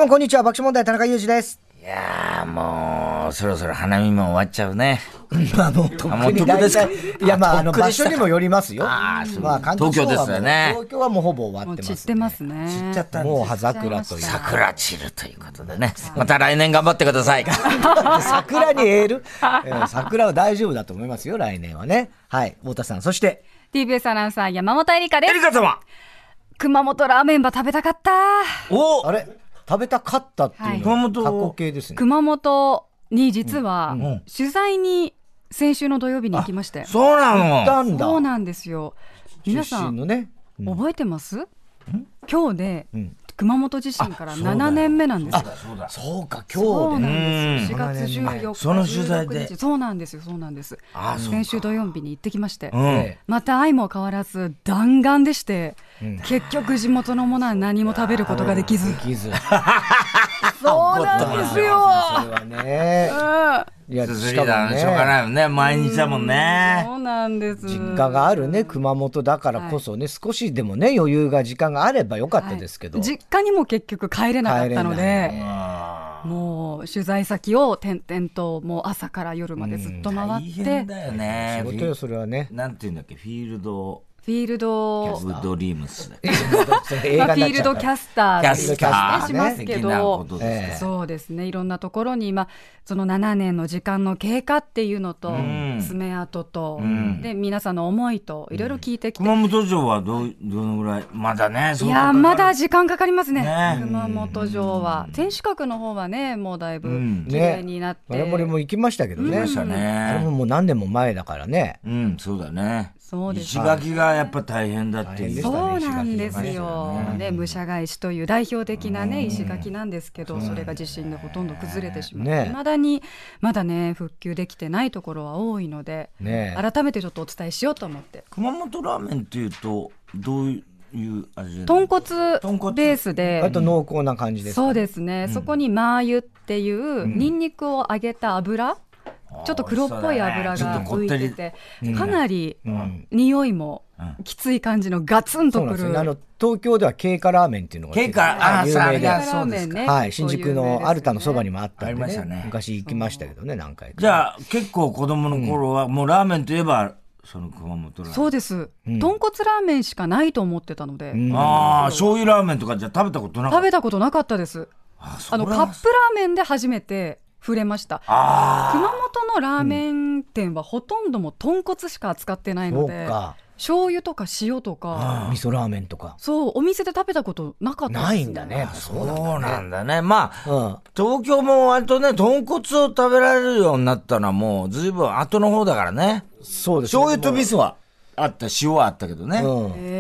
こんにちは、爆笑問題田中裕二です。 いやーもうそろそろ花見も終わっちゃうね。 まあもうとっくに大体、いやまあ場所にもよりますよ。まあ東京ですよね。 東京はもうほぼ終わってます。 散ってますね。 散っちゃったんです。 もう葉桜という。 桜散るということでね。また来年頑張ってください。 桜にエール。桜は大丈夫だと思いますよ、来年はね。はい、太田さん、そして TBS アナウンサー山本恵里香です。 エリカ様。 熊本ラーメンば食べたかった。 お、 あれ食べたかったっていうのは過去形ですね。 熊本に実は取材に先週の土曜日に行きまして。 そうなの。 そうなんですよ。皆さん、ね、覚えてます？今日で熊本地震から7年目なんですよ。 そうか、今日で 4月14日その取材で。 そうなんですよ、そうなんです。先週土曜日に行ってきまして、また相も変わらず弾丸でして、結局地元のものは何も食べることができず。そうなんですよ。 それはね。 いや、しかもね、しょうがないよね、毎日だもんね。 そうなんです。 実家があるね、熊本だからこそね、少しでもね、余裕が時間があればよかったですけど。 実家にも結局帰れなかったので、もう取材先を転々と、もう朝から夜までずっと回って。 大変だよね。 仕事よ、それはね。 なんていうんだっけ、フィールドドリームスフィールドキャスターしますけど、そうですね、いろんなところにその7年の時間の経過っていうのと、爪痕と、で皆さんの思いといろいろ聞いてきて、 熊本城はどのぐらいまだね。 いやまだ時間かかりますね。熊本城は天守閣の方はね、もうだいぶ綺麗になって、 我々も行きましたけどね。あれももう何年も前だからね。 そうだね。 そうです。 石垣がやっぱ大変だっていう。 そうなんですよ。ね、武者返しという代表的なね、石垣なんですけど、それが地震でほとんど崩れてしまって、未だにまだね、復旧できてないところは多いので、改めてちょっとお伝えしようと思って。 熊本ラーメンっていうと、どういう味？ 豚骨ベースで。 あと濃厚な感じですか？ そうですね。そこにマー油っていうニンニクを揚げた油。ちょっと黒っぽい油が浮いてて、かなり匂いもきつい感じのガツンとくる。 東京では経過ラーメンっていうのが有名で、 そうですね。 はい、新宿のアルタのそばにもあったんでね、昔行きましたけどね、何回か。 じゃあ結構子供の頃はもうラーメンといえばその熊本ラーメン。 そうです。豚骨ラーメンしかないと思ってたので。 醤油ラーメンとかじゃ食べたことなかった？ 食べたことなかったです。カップラーメンで初めて触れました。熊本のラーメン店はほとんども豚骨しか扱ってないので、醤油とか塩とか味噌ラーメンとか、 そうお店で食べたことなかったです。 ないんだね。 そうなんだね。まあ、東京も割とね、豚骨を食べられるようになったのはもうずいぶん後の方だからね。 そうです。 醤油と味噌はあった、塩はあったけどね。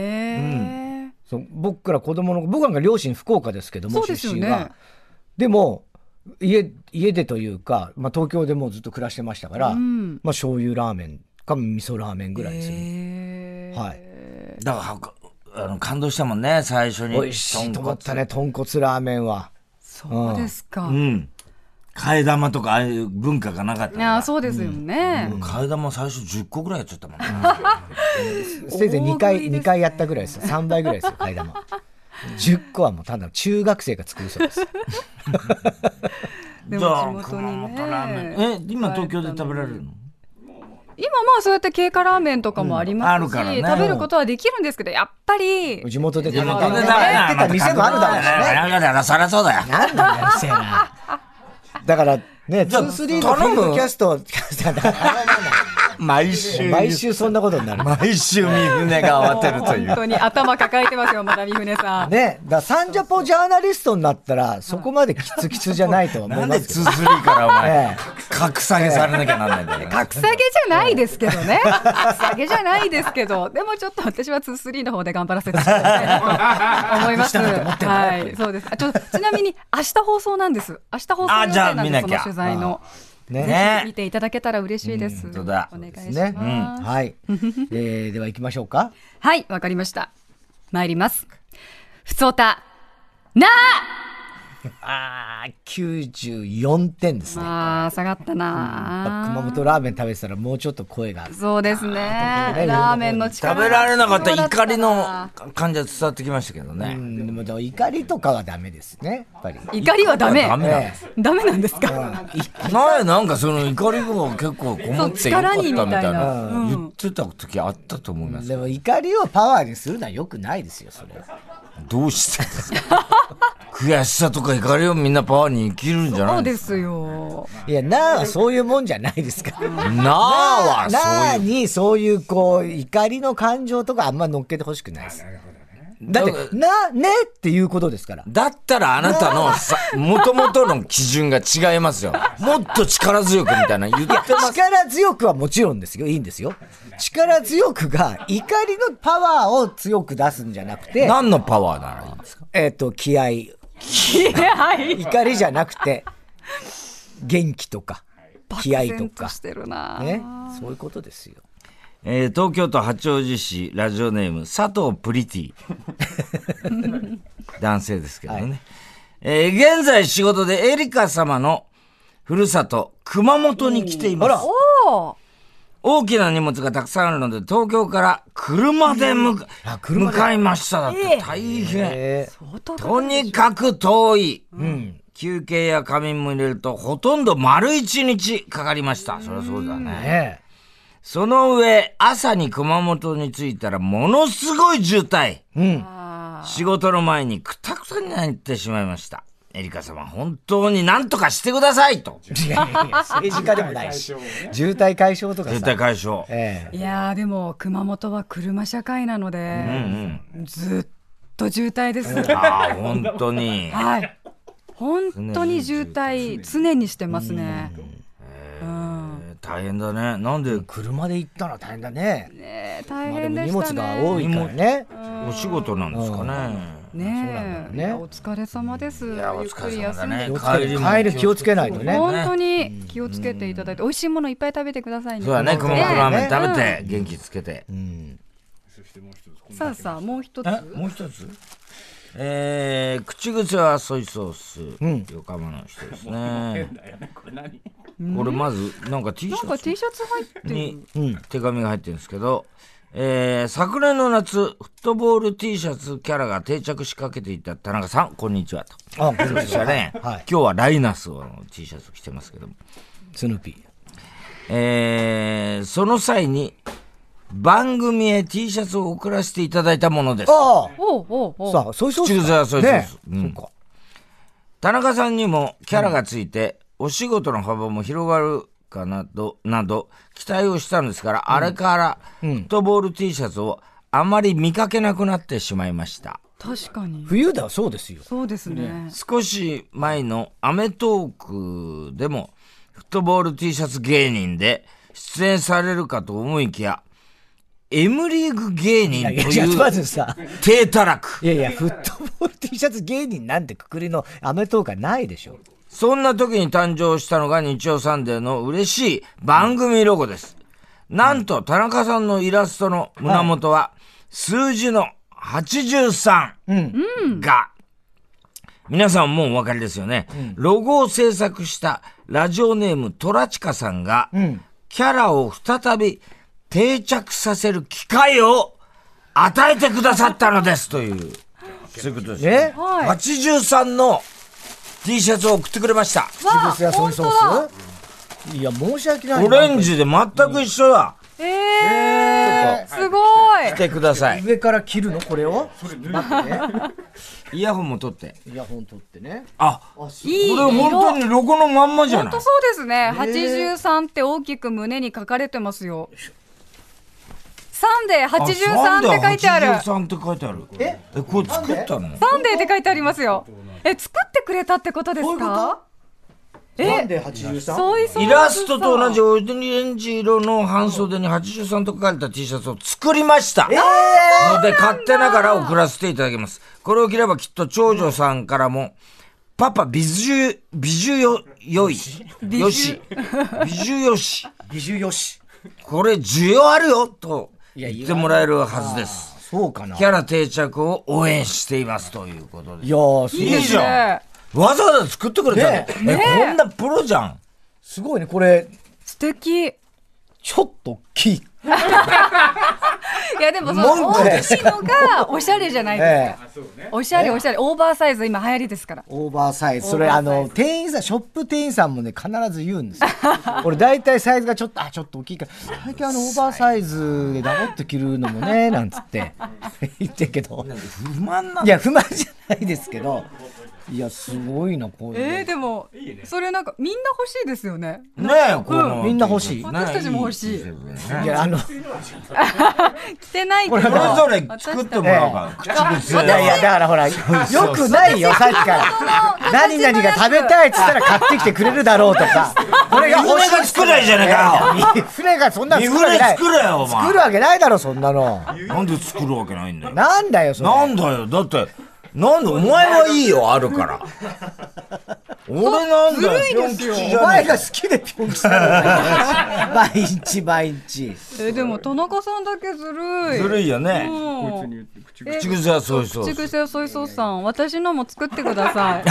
僕ら僕なんか両親福岡ですけども、 出身は。 でも家でというか、東京でもずっと暮らしてましたから、醤油ラーメンか味噌ラーメンぐらいですね。はい。 だから感動したもんね、最初に。 美味しいと思ったね、豚骨ラーメンは。 そうですか。 替え玉とかああいう文化がなかったから。 そうですよね。 替え玉最初10個ぐらいやっちゃったもんね。 せいぜい2回やったぐらいですよ。3倍ぐらいですよ、替え玉。10個はもうただ中学生が作るそうです。 でも地元にね。 今東京で食べられるの？ 今そうやって経過ラーメンとかもありますし、食べることはできるんですけど、やっぱり地元で食べた店もあるだろうしね。 そりゃそうだよ。 なんだよ、店な。だからね、2-3のフィールドキャスト毎週そんなことになる。 毎週三船が慌てるという。 本当に頭抱えてますよ、まだ三船さん。 ね、だサンジャポジャーナリストになったら、そこまでキツキツじゃないとは思いますけど。 なんで2-3からお前、格下げされなきゃなんないんだよ。 格下げじゃないですけどね。格下げじゃないですけど、でもちょっと私は2-3の方で頑張らせていただきたいと思います。はい、そうです。ちなみに明日放送なんです。明日放送予定なんです、その取材の。ね、見ていただけたら嬉しいです。お願いします。 はい。では行きましょうか。 はい、わかりました。参ります。ふつおたな 94点ですね。 下がったな、 熊本ラーメン食べてたらもうちょっと声が。 そうですね。ラーメンの力食べられなかった怒りの感じは伝わってきましたけどね。 でも怒りとかはダメですね、やっぱり。 怒りはダメ。 ダメなんですか。 なんかその怒りが結構こもってよかったみたいな言ってた時あったと思います。 でも怒りをパワーにするのは良くないですよ、それ。 どうしてですか。悔しさとか怒りをみんなパワーに生きるんじゃないですか。 そうですよ。 いや、なあはそういうもんじゃないですか。 なあはなあにそういうこう怒りの感情とかあんま乗っけてほしくないです。だってねっていうことですから。 だったらあなたの元々の基準が違いますよ。もっと力強くみたいな言ってます。 力強くはもちろんですよ、いいんですよ。力強くが怒りのパワーを強く出すんじゃなくて。 何のパワーならいいんですか。 気合。怒りじゃなくて元気とか気合とかね、そういうことですよ。 東京都八王子市ラジオネーム佐藤プリティ男性ですけどね、現在仕事でエリカ様のふるさと熊本に来ています。大きな荷物がたくさんあるので東京から車で向かいましただって。大変、とにかく遠い、休憩や仮眠も入れるとほとんど丸1日かかりました。そりゃそうだね。その上朝に熊本に着いたらものすごい渋滞、仕事の前にくたくたになってしまいました。エリカ様本当に何とかしてくださいと。 いや政治家でもないし渋滞解消とかさ。 渋滞解消、 いやでも熊本は車社会なので、ずっと渋滞です。 本当にはい本当に渋滞常にしてますね。 大変だね。なんで車で行ったら大変だね。 大変でしたね。 荷物が多いからね。 お仕事なんですかね。 お疲れ様です。ゆっくり休んで帰る気をつけないとね。 本当に気をつけていただいて、美味しいものいっぱい食べてくださいね。 そうだね、熊本ラーメン食べて元気つけて。 さあもう一つ。 口癖はソイソース、横浜の人ですね。これまずなんか T シャツ入ってに手紙が入ってるんですけど、昨年の夏フットボール T シャツキャラが定着しかけていた田中さん、こんにちはと。そしたらね、今日はライナスの T シャツを着てますけども、 スヌーピー、その際に番組へ T シャツを送らせていただいたものです。 さあ、そういうそうです田中さんにもキャラがついて、お仕事の幅も広がるかなど期待をしたのですから、あれからフットボール T シャツをあまり見かけなくなってしまいました。 確かに冬だ。そうですよ。 そうですね。 少し前のアメトークでもフットボール T シャツ芸人で出演されるかと思いきや、M リーグ芸人というまずさ、 低たらく。 フットボール T シャツ芸人なんてくくりのアメトークはないでしょ。 そんな時に誕生したのが日曜サンデーの嬉しい番組ロゴです。なんと田中さんのイラストの胸元は数字の83が、皆さんもうお分かりですよね。ロゴを制作したラジオネームトラチカさんが、キャラを再び定着させる機会を与えてくださったのですという、そういうことですね。83の T シャツを送ってくれました。 いや、申し訳ない。 オレンジで全く一緒だ。 すごい。 着てください。 上から切るのこれを。 イヤホンも取って。 イヤホン取ってね。 これ本当にロゴのまんまじゃない。 本当そうですね。83って大きく胸に書かれてますよ。サンデー83って書いてある。 83って書いてある。これ作ったの？ サンデーって書いてありますよ。作ってくれたってことですか？ サンデー 83？ イラストと同じオレンジ色の半袖に83と書かれた T シャツを作りました。ので勝手ながら送らせていただきます。これを着ればきっと長女さんからも、パパ美女よし。これ需要あるよと言ってもらえるはずです。 そうかな。 キャラ定着を応援していますということで。 いやー、 いいじゃん。 わざわざ作ってくれたの、こんなプロじゃん。 すごいね、これ。 素敵。 ちょっと大きい。 いやでもその大きいのがおしゃれじゃないですか。おしゃれオーバーサイズ今流行りですから。 オーバーサイズ。それ店員さん、ショップ店員さんもね、必ず言うんですよ。俺大体サイズがちょっと大きいから、最近オーバーサイズでダボっと着るのもね、なんつって言ってるけど。 不満なんいや、不満じゃないですけど。いや、すごいな、これ。でも、それなんかみんな欲しいですよね。 ねえ、 みんな欲しい。 私たちも欲しい。いや、 着てないけど。 それぞれ作ってもらおうか。口癖。 いや、だからほら、よくないよ、さっきから。何々が食べたいっつったら買ってきてくれるだろうとか。 これが欲しい作れじゃねえかよ。 船がそんな作るわけない。 作れよ、お前。 作るわけないだろ、そんなの。 なんで作るわけないんだよ。 なんだよ、それ。 なんだよ、だって、なんでお前はいいよ、あるから。俺なんだよ、 ずるいですよ。お前が好きでピョン吉なの。毎日。 でも田中さんだけずるい。 ずるいよね。口癖はソイソース。 口癖はソイソースさん、私のも作ってくださ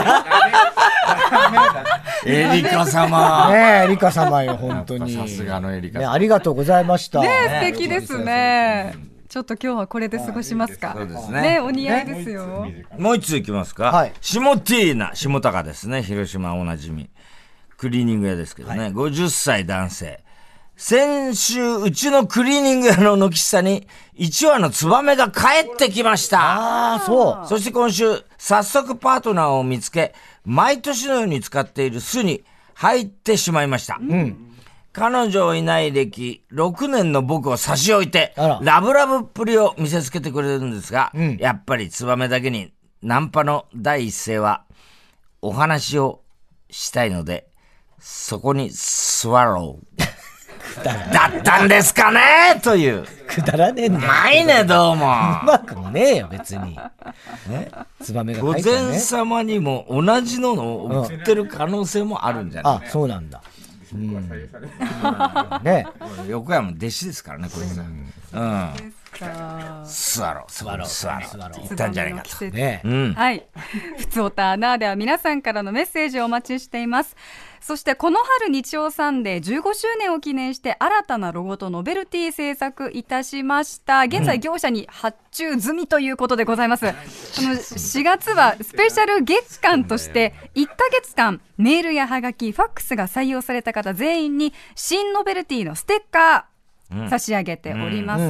い。エリカ様。 ねえ、エリカ様よ、本当に。 さすがのエリカ様。ありがとうございました。 ねえ、素敵ですね。ちょっと今日はこれで過ごしますか。 そうですね。 ね、お似合いですよ。 もう一ついきますか。はい。下ティーナ、下高ですね。広島おなじみ。クリーニング屋ですけどね。50歳男性。先週、うちのクリーニング屋の軒下に1羽のツバメが帰ってきました。 ああ、そう。 そして今週、早速パートナーを見つけ、毎年のように使っている巣に入ってしまいました。うん。彼女いない歴6年の僕を差し置いて、ラブラブっぷりを見せつけてくれるんですが、やっぱりツバメだけにナンパの第一声は、お話をしたいので、そこにスワロー。だったんですかねという。 くだらねえんだよ。 ないね、どうも。うまくもねえよ、別に。ツバメが書いてね。御前様にも同じのを送ってる可能性もあるんじゃない？ あ、そうなんだ。ね、 横山弟子ですからね、これさ。スワロー言ったんじゃないかと。 ね、はい。ふつおたなでは皆さんからのメッセージをお待ちしています。そしてこの春日曜サンデー15周年を記念して新たなロゴとノベルティ制作いたしました。現在業者に発注済みということでございます。この4月はスペシャル月間として1ヶ月間メールやハガキ、ファックスが採用された方全員に新ノベルティのステッカー差し上げております、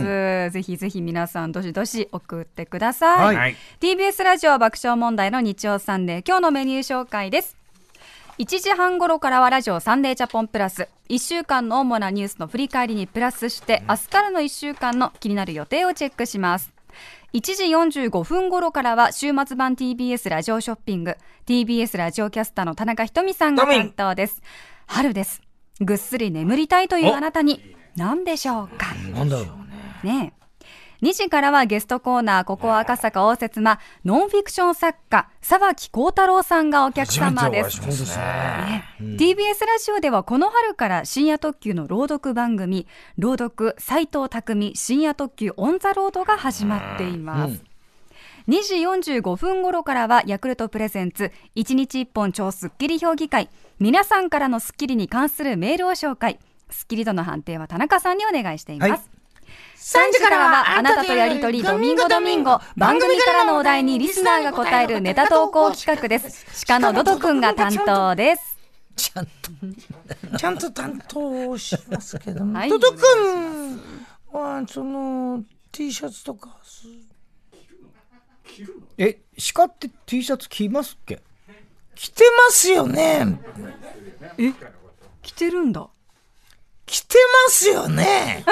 ぜひぜひ皆さんどしどし送ってください、はい、TBS ラジオ爆笑問題の日曜サンデー、今日のメニュー紹介です。1時半頃からはラジオサンデージャポンプラス、1週間の主なニュースの振り返りにプラスして明日からの1週間の気になる予定をチェックします。1時45分頃からは週末版 TBS ラジオショッピング、 TBS ラジオキャスターの田中ひとみさんが担当です。春です。ぐっすり眠りたいというあなたに何でしょうか。 なんだろうね。 2時からはゲストコーナー、ここは赤坂応接間、ノンフィクション作家沢木耕太郎さんがお客様です。TBS ラジオではこの春から深夜特急の朗読番組、朗読斉藤匠深夜特急オンザロードが始まっています。2時45分頃からはヤクルトプレゼンツ1日1本超スッキリ評議会、皆さんからのスッキリに関するメールを紹介、スッキリ度の判定は田中さんにお願いしています、はい。3時からはあなたとやりとりドミンゴドミンゴ、番組からのお題にリスナーが答えるネタ投稿企画です。鹿のドドくんが担当です。 ちゃんと担当しますけども、はい、ドドくんはその T シャツとか鹿って T シャツ着ますっけ？ 着てますよね。 着てるんだ。 着てますよね。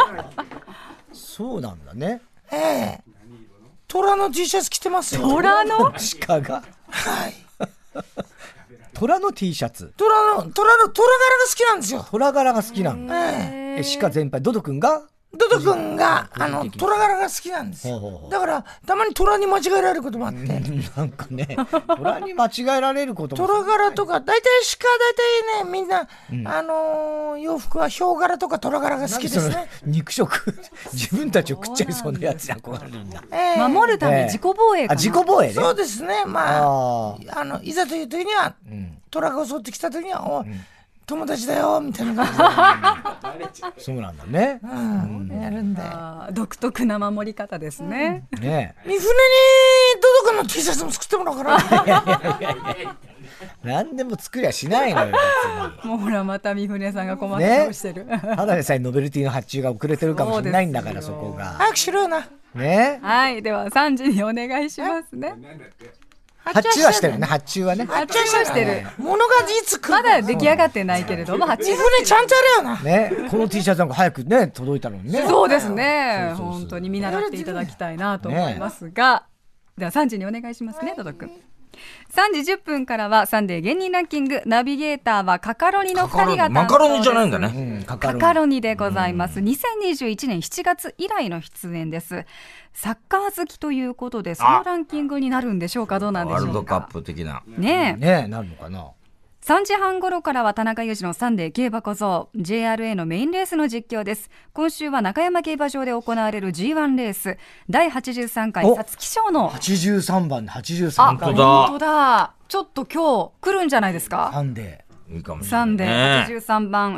そうなんだね。 虎の T シャツ着てますよ。 虎の鹿が。 はい。 虎の T シャツ。 虎柄が好きなんですよ。 虎柄が好きなんだ。鹿全般。ドド君がドド君が虎柄が好きなんですよ。だからたまに虎に間違えられることもあってなんかね、虎に間違えられることも虎柄とか大体ねみんな、洋服はヒョウ柄とか虎柄が好きですね。 肉食自分たちを食っちゃいそうなやつに憧れるんだ。 守るため自己防衛かな。 自己防衛ね。 そうですね。まあいざという時には、虎が襲ってきた時には友達だよみたいな感じでそうなんだね、 やるんだ。 独特な守り方ですね。 ね三船にドド君の T シャツも作ってもらおうかな。 何でも作りゃしないのよ別に。 もうほらまた三船さんが困って顔してる、 ただでさえノベルティの発注が遅れてるかもしれないんだから、そこが早くしろよな。 ね。 はい、では3時にお願いしますね。 発注はしてるね。発注はね。 発注はしてる。 物がいつ来る。 まだ出来上がってないけれども、 三船ちゃんとやれよな。 ね、この T シャツなんか早くね届いたのにね。 そうですね。本当に見習っていただきたいなと思いますが、では3時にお願いしますね、ドド君。3時10分からはサンデー芸人ランキング、ナビゲーターはカカロニの2人が担当です。 マカロニじゃないんだね。 カカロニでございます。2021年7月以来の出演です。サッカー好きということで、そのランキングになるんでしょうか、どうなんでしょうか。 ワールドカップ的なねえなるのかな。 3時半頃からは田中裕二のサンデー競馬小僧 JRA のメインレースの実況です。今週は中山競馬場で行われる G1 レース第83回皐月賞の 83番で83回。 本当だ。ちょっと今日来るんじゃないですか。 サンデーいいかもしれない、 サンデー83番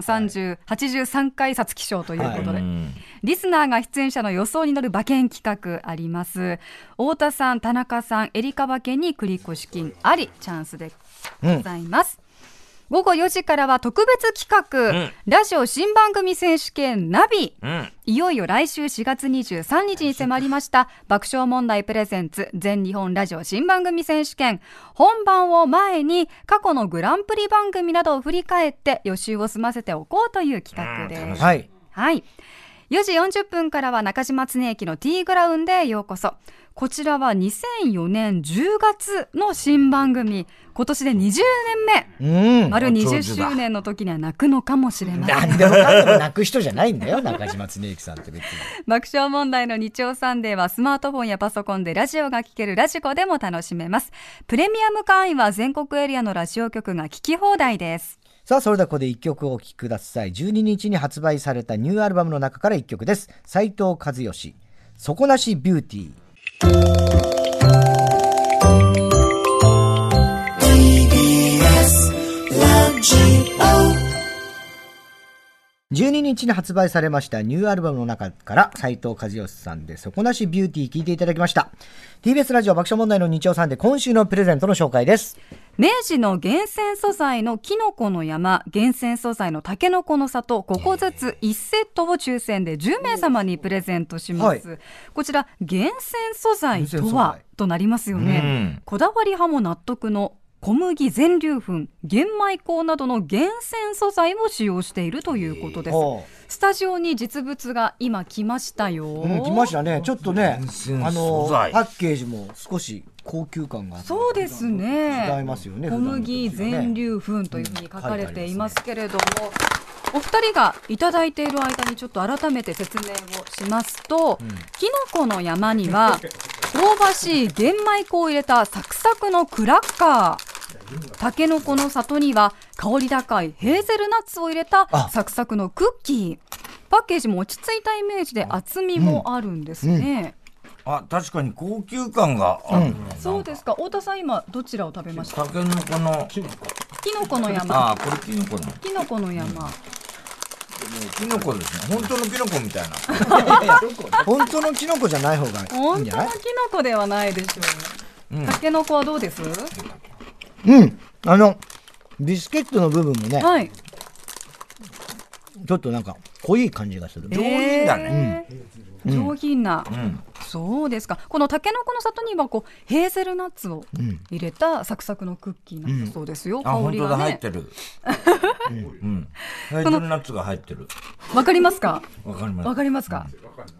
83回皐月賞ということで、リスナーが出演者の予想に乗る馬券企画あります。太田さん、田中さん、エリカ馬券に繰越金ありチャンスでございます。午後4時からは特別企画、ラジオ新番組選手権ナビ、いよいよ来週4月23日に迫りました爆笑問題プレゼンツ全日本ラジオ新番組選手権。本番を前に過去のグランプリ番組などを振り返って予習を済ませておこうという企画です。はい、4時40分からは中島恒之の T グラウンでようこそ。こちらは2004年10月の新番組、今年で20年目、丸20周年の時には泣くのかもしれません。 何でもかんでも泣く人じゃないんだよ中島恒之さんって別に。 爆笑問題の日曜サンデーはスマートフォンやパソコンでラジオが聴けるラジコでも楽しめます。プレミアム会員は全国エリアのラジオ局が聴き放題です。 さあそれではここで1曲お聴きください。12日に発売されたニューアルバムの中から1曲です。斉藤和義、底なしビューティー。12日に発売されましたニューアルバムの中から斉藤和義さんで底なしビューティー聴いていただきました。 TBS ラジオ爆笑問題の日曜サンデー、今週のプレゼントの紹介です。 明治の厳選素材のキノコの山、厳選素材のタケノコの里5個ずつ1セットを抽選で10名様にプレゼントします、こちら厳選素材とはとなりますよね、こだわり派も納得の小麦、全粒粉、玄米粉などの厳選素材を使用しているということです。スタジオに実物が今来ましたよ、 来ましたね。ちょっとね、パッケージも少し高級感があって、 そうですね、 違いますよね。 小麦、全粒粉というふうに書かれていますけれども、お二人がいただいている間にちょっと改めて説明をしますと、キノコの山には香ばしい玄米粉を入れたサクサクのクラッカー、タケノコの里には香り高いヘーゼルナッツを入れたサクサクのクッキー。パッケージも落ち着いたイメージで厚みもあるんですね、 確かに高級感がある、 そうですか。太田さん今どちらを食べました？ タケノコのキノコの山。 これキノコのキノコの山、 キノコですね。本当のキノコみたいな本当のキノコじゃない方がいいんじゃない？ 本当のキノコではないでしょう、タケノコはどうです？ ビスケットの部分もね、ちょっとなんか濃い感じがする。 上品だね、 上品な、そうですか。このタケノコの里にはヘーゼルナッツを入れたサクサクのクッキーなんだそうですよ、香りがね。 本当だ、入ってる、ヘーゼルナッツが入ってる。 わかりますか？ わかります。 わかりますか？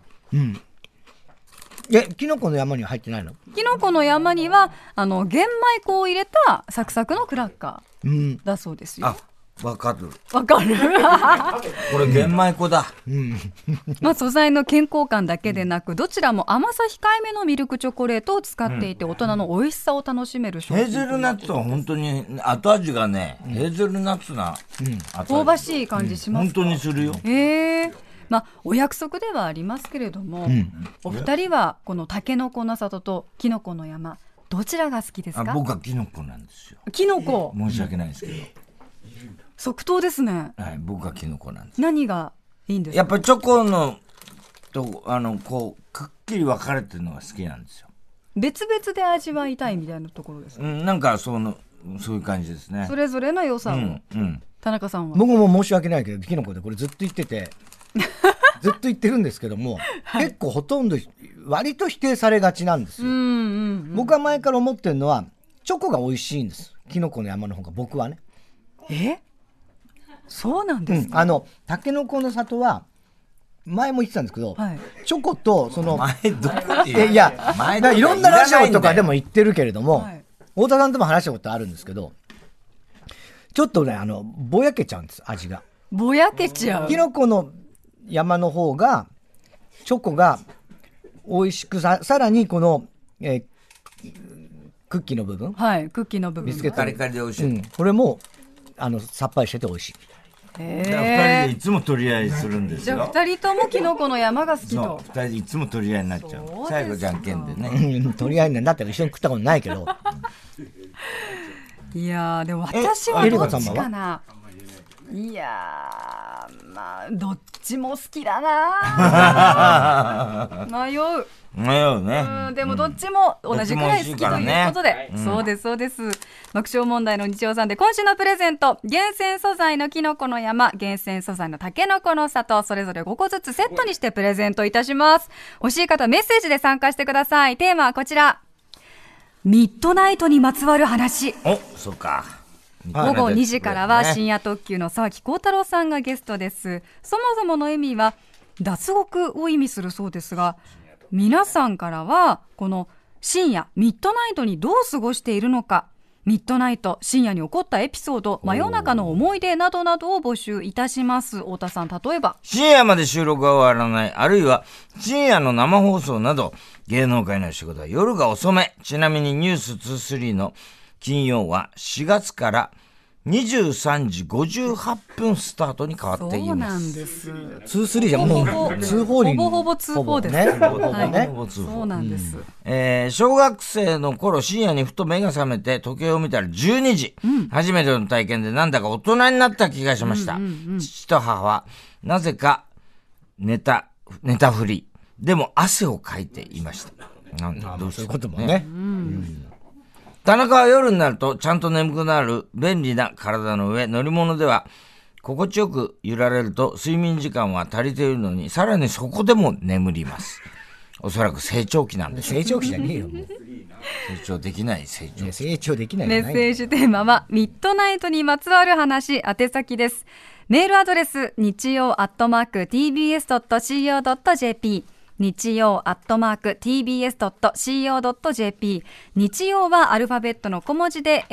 キノコの山には入ってないの？ キノコの山には玄米粉を入れたサクサクのクラッカーだそうですよ。 わかる。 わかるこれ玄米粉だ。 まあ素材の健康感だけでなく、どちらも甘さ控えめのミルクチョコレートを使っていて、大人の美味しさを楽しめる商品。 ヘーゼルナッツは本当に後味がね、ヘーゼルナッツな後味。 香ばしい感じしますか？ 本当にするよ。 まあ、お約束ではありますけれども、お二人はこのタケノコの里とキノコの山、どちらが好きですか？ 僕はキノコなんですよ。 キノコ。 申し訳ないですけど。 即答ですね。 はい、僕はキノコなんです。 何がいいんですか？ やっぱりチョコのとこうくっきり分かれてるのが好きなんですよ。 別々で味わいたいみたいなところですか？ なんかそういう感じですね。 それぞれの良さを。田中さんは？ 僕も申し訳ないけどキノコでこれずっと言っててずっと言ってるんですけども、結構ほとんど割と否定されがちなんですよ。僕は前から思ってるのはチョコが美味しいんです。キノコの山の方が僕はね。 そうなんですか？ タケノコの里は前も言ってたんですけど、 はい、 チョコとその前どこでいやいろんなラジオとかでも言ってるけれども、 はい、 太田さんとも話したことあるんですけど、ちょっとねぼやけちゃうんです、味が。 ぼやけちゃう。 キノコの山の方がチョコが美味しくさらにこの、クッキーの部分、 はい、クッキーの部分ビスケットカリカリで美味しい。 これもさっぱりしてて美味しい。 2人でいつも取り合いするんですよ。 じゃあ2人ともキノコの山が好きと。 そう、2人でいつも取り合いになっちゃう。最後じゃんけんでね。 取り合いになったら一緒に食ったことないけどいやーでも私はどっちかな。いやーまあどっちも好きだな迷うね。でもどっちも同じくらい好きということで、そうですそうです。爆笑問題の日曜さんで今週のプレゼント、厳選素材のキノコの山、厳選素材のタケノコの里、それぞれ5個ずつセットにしてプレゼントいたします。欲しい方メッセージで参加してください。テーマはこちら、ミッドナイトにまつわる話。 そうか。 午後2時からは深夜特急の沢木耕太郎さんがゲストです。そもそもの意味は脱獄を意味するそうですが、皆さんからはこの深夜ミッドナイトにどう過ごしているのか、ミッドナイト深夜に起こったエピソード、真夜中の思い出などなどを募集いたします。太田さん、例えば深夜まで収録が終わらない、あるいは深夜の生放送など、芸能界の仕事は夜が遅め。ちなみにニュース23の金曜は4月から23時58分スタートに変わっています。 そうなんです。 2-3じゃもう通報にほぼほぼ通報です。そうなんです。 小学生の頃、深夜にふと目が覚めて時計を見たら12時、初めての体験でなんだか大人になった気がしました。父と母はなぜか寝たふりでも汗をかいていました。 どうそういうこともね。 田中は夜になるとちゃんと眠くなる便利な体の上、乗り物では心地よく揺られると睡眠時間は足りているのに、さらにそこでも眠ります。おそらく成長期なんでしょう。 成長期じゃねえよ、もう。 成長できない成長期。 成長できない。 メッセージテーマはミッドナイトにまつわる話、宛先です。メールアドレス、日曜@tbs.co.jp、日曜@tbs.co.jp、日曜はアルファベットの小文字で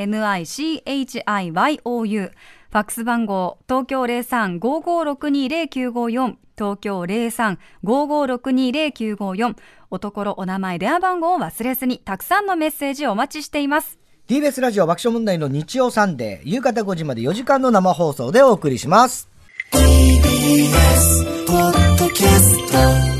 NICHIYOU、ファックス番号東京 03-55620954、東京 03-55620954、おところお名前電話番号を忘れずに、たくさんのメッセージをお待ちしています。 TBS ラジオ爆笑問題の日曜サンデー、夕方5時まで4時間の生放送でお送りします。 TBS ポッドキャスト